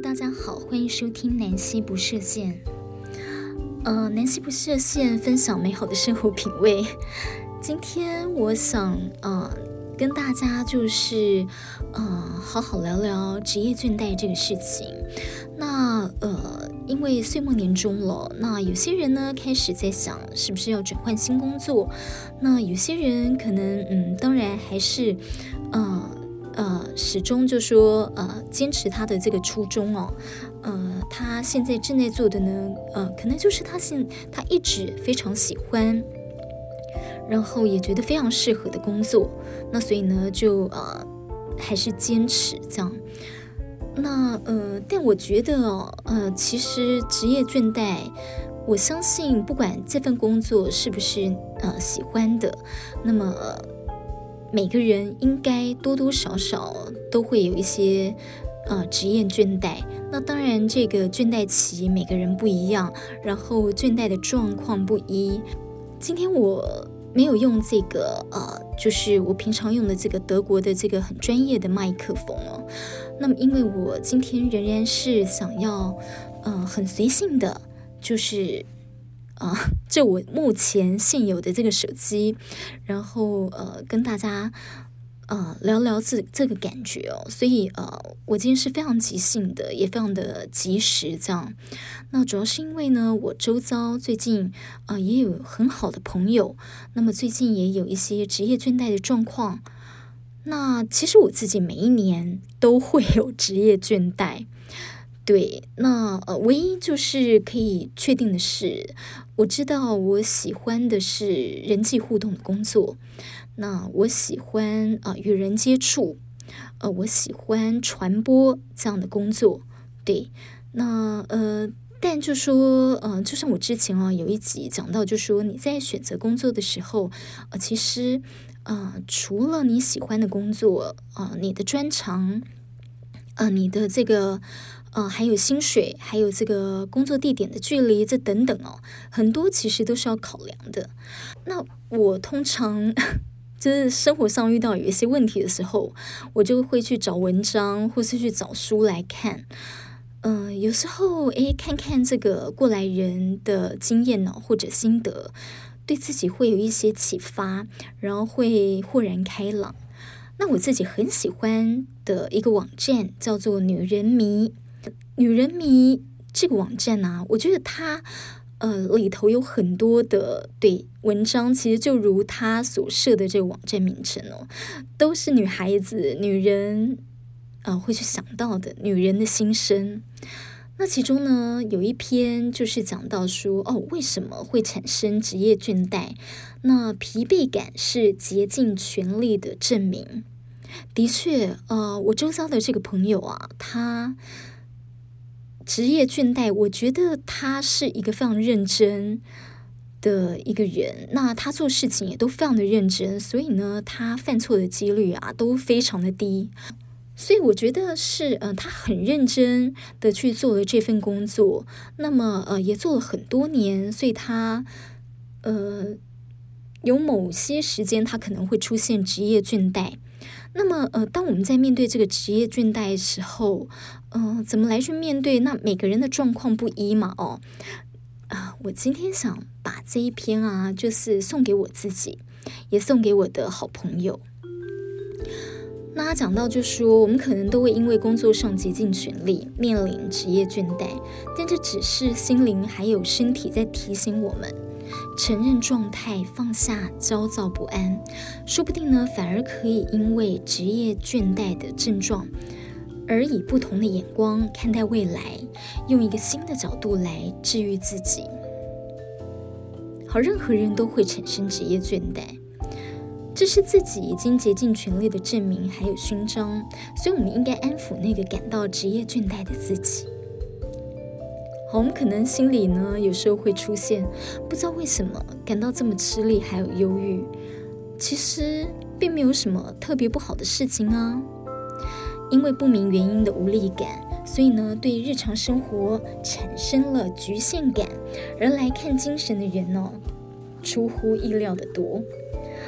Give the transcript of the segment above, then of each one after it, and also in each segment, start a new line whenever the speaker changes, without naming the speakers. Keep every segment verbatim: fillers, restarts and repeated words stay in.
大家好，欢迎收听南希不设限。呃，南希不设限，分享美好的生活品味。今天我想呃跟大家就是呃好好聊聊职业倦怠这个事情。那呃，因为岁末年终了，那有些人呢开始在想是不是要转换新工作，那有些人可能嗯，当然还是呃。呃，始终就说呃，坚持他的这个初衷哦，呃，他现在正在做的呢，呃，可能就是他现他一直非常喜欢，然后也觉得非常适合的工作，那所以呢，就呃，还是坚持这样。那呃，但我觉得哦，呃，其实职业倦怠，我相信不管这份工作是不是呃喜欢的，那么。呃每个人应该多多少少都会有一些呃职业倦怠，那当然这个倦怠期每个人不一样，然后倦怠的状况不一。今天我没有用这个呃，就是我平常用的这个德国的这个很专业的麦克风哦。那么因为我今天仍然是想要呃很随性的，就是啊、呃，这我目前现有的这个手机，然后呃跟大家呃聊聊这这个感觉哦，所以呃我今天是非常即兴的，也非常的及时这样。那主要是因为呢，我周遭最近啊、呃、也有很好的朋友，那么最近也有一些职业倦怠的状况。那其实我自己每一年都会有职业倦怠。对，那呃，唯一就是可以确定的是，我知道我喜欢的是人际互动的工作，那我喜欢啊、呃、与人接触，呃，我喜欢传播这样的工作。对，那呃，但就说呃，就像我之前啊有一集讲到，就说你在选择工作的时候，呃，其实啊、呃，除了你喜欢的工作啊、呃，你的专长，呃，你的这个。呃，还有薪水，还有这个工作地点的距离，这等等哦，很多其实都是要考量的。那我通常就是生活上遇到有一些问题的时候，我就会去找文章，或是去找书来看。嗯、呃，有时候诶，看看这个过来人的经验呢、哦，或者心得，对自己会有一些启发，然后会豁然开朗。那我自己很喜欢的一个网站叫做女人迷。女人迷这个网站啊，我觉得它呃里头有很多的对文章，其实就如它所设的这个网站名称哦，都是女孩子、女人呃会去想到的女人的心声。那其中呢，有一篇就是讲到说，哦，为什么会产生职业倦怠？那疲惫感是竭尽全力的证明。的确，呃，我周遭的这个朋友啊，他。职业倦怠，我觉得他是一个非常认真的一个人，那他做事情也都非常的认真，所以呢，他犯错的几率啊都非常的低。所以我觉得是，呃，他很认真的去做了这份工作，那么呃也做了很多年，所以他呃有某些时间他可能会出现职业倦怠。那么，呃，当我们在面对这个职业倦怠的时候，嗯、呃，怎么来去面对？那每个人的状况不一嘛，哦，啊、呃，我今天想把这一篇啊，就是送给我自己，也送给我的好朋友。那他讲到就说，我们可能都会因为工作上竭尽全力，面临职业倦怠，但这只是心灵还有身体在提醒我们。承认状态，放下焦躁不安，说不定呢，反而可以因为职业倦怠的症状，而以不同的眼光看待未来，用一个新的角度来治愈自己。好，任何人都会产生职业倦怠，这是自己已经竭尽全力的证明，还有勋章，所以我们应该安抚那个感到职业倦怠的自己。好，我们可能心里呢，有时候会出现不知道为什么感到这么吃力，还有忧郁。其实并没有什么特别不好的事情啊，因为不明原因的无力感，所以呢，对日常生活产生了局限感，而来看精神的人呢、哦，出乎意料的多。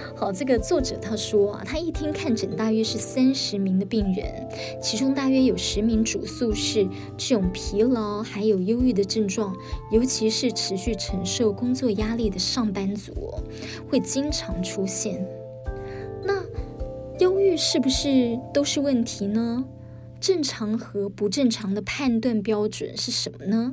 好，这个作者他说啊，他一天看诊大约是三十名的病人，其中大约有十名主诉是这种疲劳还有忧郁的症状，尤其是持续承受工作压力的上班族哦，会经常出现。那忧郁是不是都是问题呢？正常和不正常的判断标准是什么呢？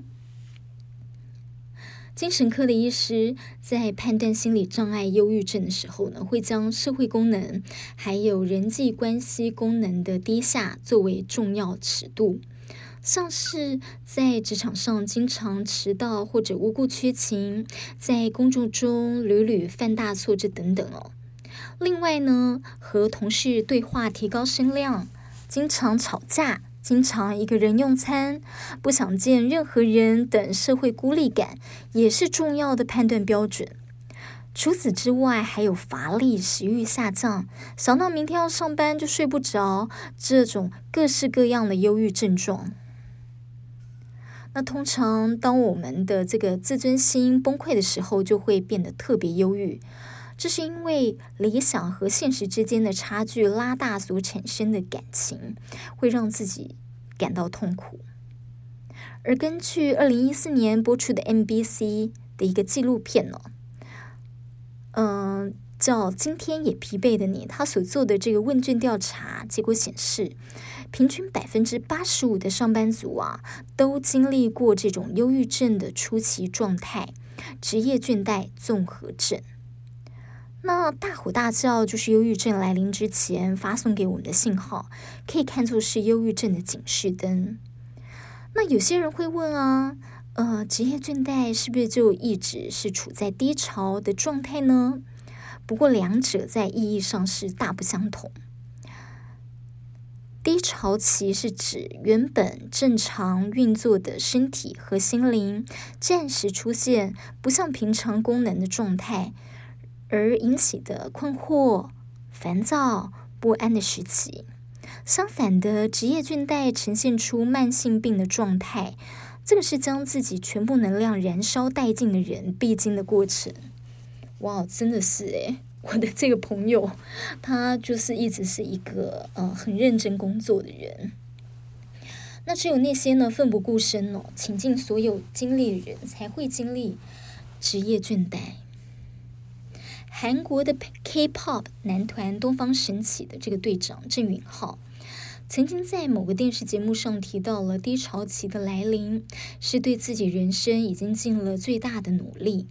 精神科的医师在判断心理障碍忧郁症的时候呢，会将社会功能还有人际关系功能的低下作为重要尺度，像是在职场上经常迟到或者无故缺勤，在工作中屡屡犯大错这等等哦。另外呢，和同事对话提高声量，经常吵架，经常一个人用餐，不想见任何人等社会孤立感，也是重要的判断标准。除此之外，还有乏力、食欲下降，想到明天要上班就睡不着，这种各式各样的忧郁症状。那通常当我们的这个自尊心崩溃的时候，就会变得特别忧郁。这是因为理想和现实之间的差距拉大所产生的感情，会让自己感到痛苦。而根据二零一四年播出的 M B C 的一个纪录片呢、哦，嗯，叫《今天也疲惫的你》，他所做的这个问卷调查结果显示，平均百分之八十五的上班族啊，都经历过这种忧郁症的初期状态——职业倦怠综合症。那大吼大叫就是忧郁症来临之前发送给我们的信号，可以看作是忧郁症的警示灯。那有些人会问啊，呃，职业倦怠是不是就一直是处在低潮的状态呢？不过两者在意义上是大不相同。低潮期是指原本正常运作的身体和心灵暂时出现不像平常功能的状态，而引起的困惑、烦躁、不安的时期。相反的，职业倦怠呈现出慢性病的状态，这个是将自己全部能量燃烧殆尽的人必经的过程。哇，真的是诶，我的这个朋友，他就是一直是一个呃很认真工作的人。那只有那些呢奋不顾身哦，倾尽所有精力的人，才会经历职业倦怠。韩国的 K-pop 男团东方神起的这个队长郑允浩，曾经在某个电视节目上提到了低潮期的来临，是对自己人生已经尽了最大的努力。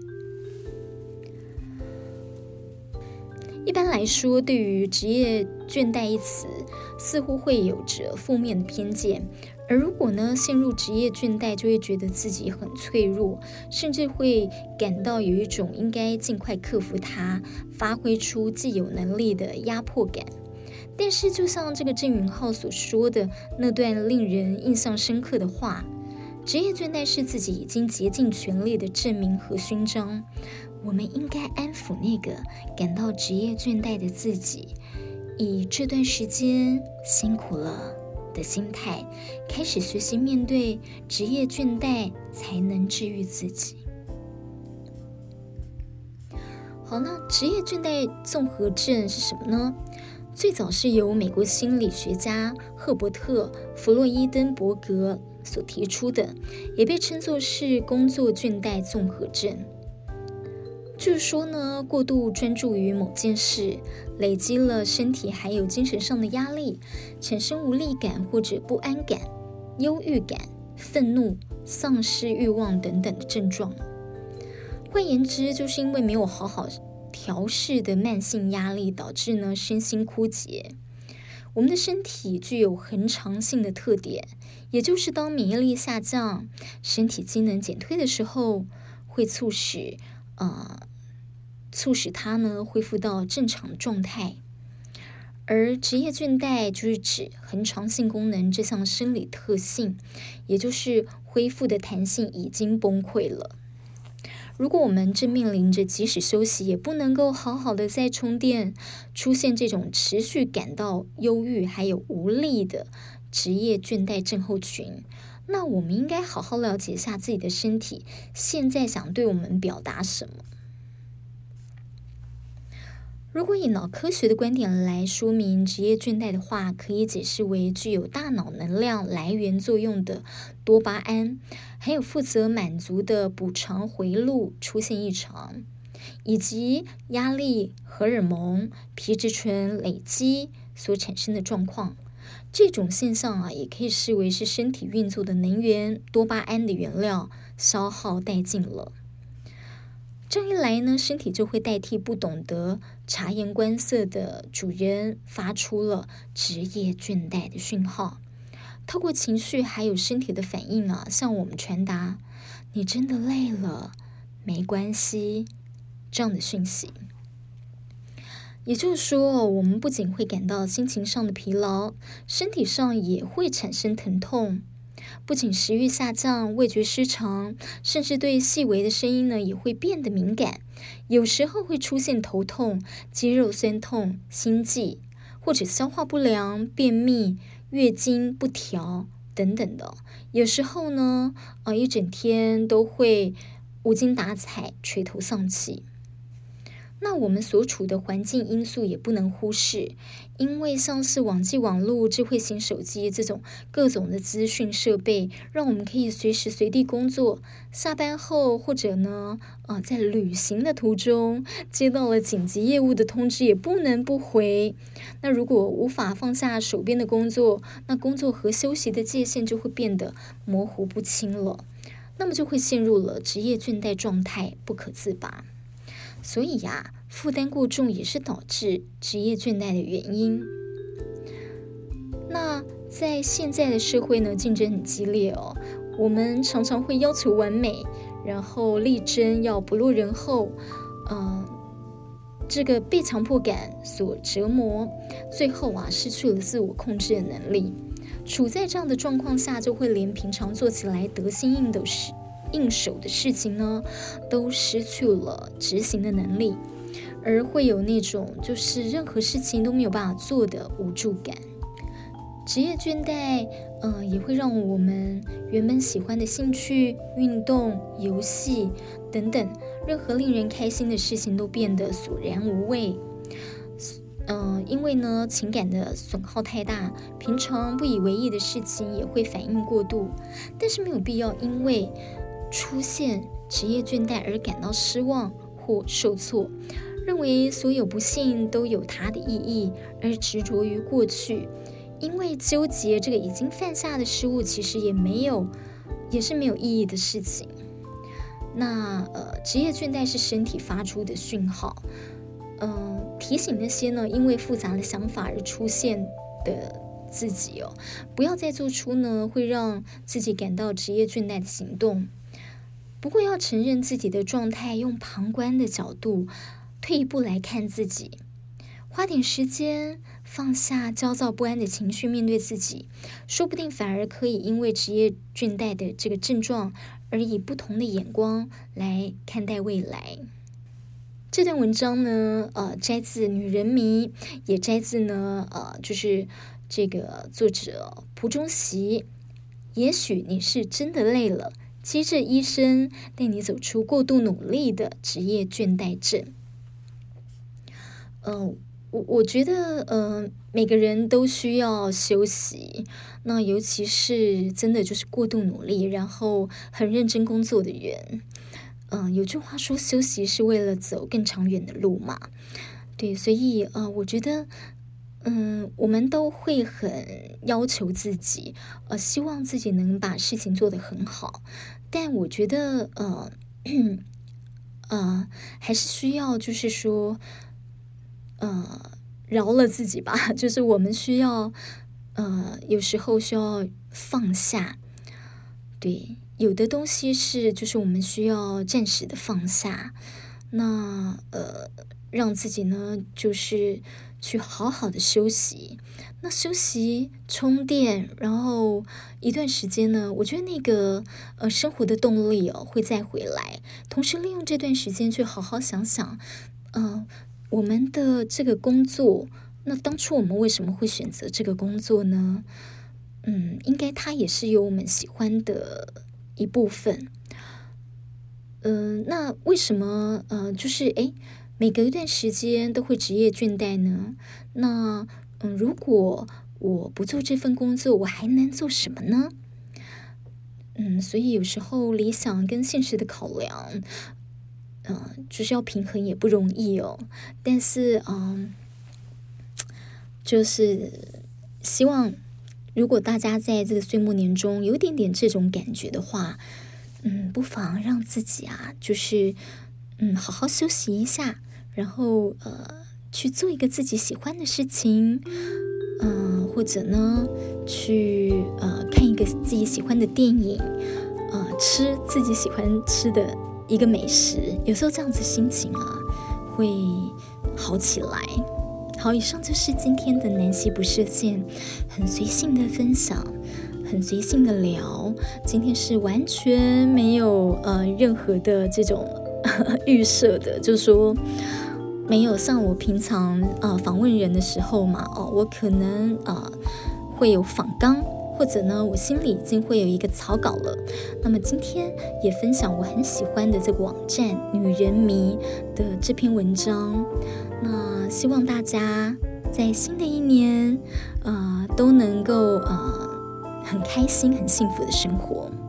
一般来说，对于职业倦怠一词，似乎会有着负面的偏见。而如果呢陷入职业倦怠，就会觉得自己很脆弱，甚至会感到有一种应该尽快克服它，发挥出既有能力的压迫感。但是就像这个郑允浩所说的那段令人印象深刻的话，职业倦怠是自己已经竭尽全力的证明和勋章。我们应该安抚那个感到职业倦怠的自己，以这段时间辛苦了的心态，开始学习面对职业倦怠，才能治愈自己。好，那职业倦怠综合症是什么呢？最早是由美国心理学家赫伯特·弗洛伊登伯格所提出的，也被称作是工作倦怠综合症。就是说呢，过度专注于某件事，累积了身体还有精神上的压力，产生无力感或者不安感、忧郁感、愤怒、丧失欲望等等的症状。换言之，就是因为没有好好调适的慢性压力，导致呢身心枯竭。我们的身体具有恒常性的特点，也就是当免疫力下降、身体机能减退的时候，会促使呃促使它呢恢复到正常的状态。而职业倦怠就是指恒常性功能这项生理特性，也就是恢复的弹性已经崩溃了。如果我们正面临着即使休息也不能够好好的再充电，出现这种持续感到忧郁还有无力的职业倦怠症候群，那我们应该好好了解一下自己的身体现在想对我们表达什么。 如果以脑科学的观点来说明职业倦怠的话，可以解释为具有大脑能量来源作用的多巴胺，还有负责满足的补偿回路出现异常，以及压力、荷尔蒙、皮质醇累积所产生的状况。这种现象啊，也可以视为是身体运作的能源多巴胺的原料消耗殆尽了。这样一来呢，身体就会代替不懂得察言观色的主人，发出了职业倦怠的讯号，透过情绪还有身体的反应啊，向我们传达你真的累了，没关系这样的讯息。也就是说，我们不仅会感到心情上的疲劳，身体上也会产生疼痛，不仅食欲下降、味觉失常，甚至对细微的声音呢也会变得敏感，有时候会出现头痛、肌肉酸痛、心悸，或者消化不良、便秘、月经不调等等的。有时候呢，呃，一整天都会无精打采、垂头丧气。那我们所处的环境因素也不能忽视，因为像是网际网络、智慧型手机这种各种的资讯设备，让我们可以随时随地工作。下班后或者呢，呃，在旅行的途中接到了紧急业务的通知，也不能不回。那如果无法放下手边的工作，那工作和休息的界限就会变得模糊不清了，那么就会陷入了职业倦怠状态，不可自拔。所以呀、啊，负担过重也是导致职业倦怠的原因。那在现在的社会呢，竞争很激烈哦，我们常常会要求完美，然后力争要不落人后，嗯、呃，这个被强迫感所折磨，最后啊失去了自我控制的能力。处在这样的状况下，就会连平常做起来得心应手时。应手的事情呢，都失去了执行的能力，而会有那种就是任何事情都没有办法做的无助感。职业倦怠，呃，也会让我们原本喜欢的兴趣、运动、游戏等等，任何令人开心的事情都变得索然无味。呃，因为呢，情感的损耗太大，平常不以为意的事情也会反应过度，但是没有必要因为出现职业倦怠而感到失望或受挫，认为所有不幸都有它的意义，而执着于过去。因为纠结这个已经犯下的失误，其实也没有，也是没有意义的事情。那呃，职业倦怠是身体发出的讯号，嗯、呃，提醒那些呢因为复杂的想法而出现的自己哦，不要再做出呢会让自己感到职业倦怠的行动。不过要承认自己的状态，用旁观的角度退一步来看自己，花点时间放下焦躁不安的情绪，面对自己，说不定反而可以因为职业倦怠的这个症状而以不同的眼光来看待未来。这段文章呢，呃，摘自《女人迷》，也摘自呢，呃，就是这个作者蒲中习。也许你是真的累了，机智医生带你走出过度努力的职业倦怠症。嗯、呃，我我觉得，嗯、呃，每个人都需要休息。那尤其是真的就是过度努力，然后很认真工作的人。嗯、呃，有句话说，休息是为了走更长远的路嘛。对，所以呃，我觉得。嗯，我们都会很要求自己，呃，希望自己能把事情做得很好，但我觉得，呃，呃，还是需要，就是说，呃，饶了自己吧，就是我们需要，呃，有时候需要放下，对，有的东西是，就是我们需要暂时的放下，那呃，让自己呢，就是去好好的休息。那休息、充电，然后一段时间呢，我觉得那个呃生活的动力哦会再回来。同时利用这段时间去好好想想，嗯、呃，我们的这个工作，那当初我们为什么会选择这个工作呢？嗯，应该它也是有我们喜欢的一部分。嗯、呃，那为什么呃，就是诶， 每隔一段时间都会职业倦怠呢？那嗯，如果我不做这份工作，我还能做什么呢？嗯，所以有时候理想跟现实的考量，嗯、呃，就是要平衡也不容易哦。但是，嗯，就是希望如果大家在这个岁末年中有一点点这种感觉的话，嗯，不妨让自己啊，就是嗯，好好休息一下，然后呃，去做一个自己喜欢的事情，嗯、或者呢，去呃看一个自己喜欢的电影，呃，吃自己喜欢吃的一个美食，有时候这样子心情啊会好起来。好，以上就是今天的南希不设限，很随性的分享，很随性的聊。今天是完全没有呃任何的这种预设的，就是说没有像我平常呃访问人的时候嘛，哦，我可能呃会有访纲，或者呢我心里已经会有一个草稿了。那么今天也分享我很喜欢的这个网站女人迷的这篇文章。那希望大家在新的一年，呃，都能够呃很开心、很幸福的生活。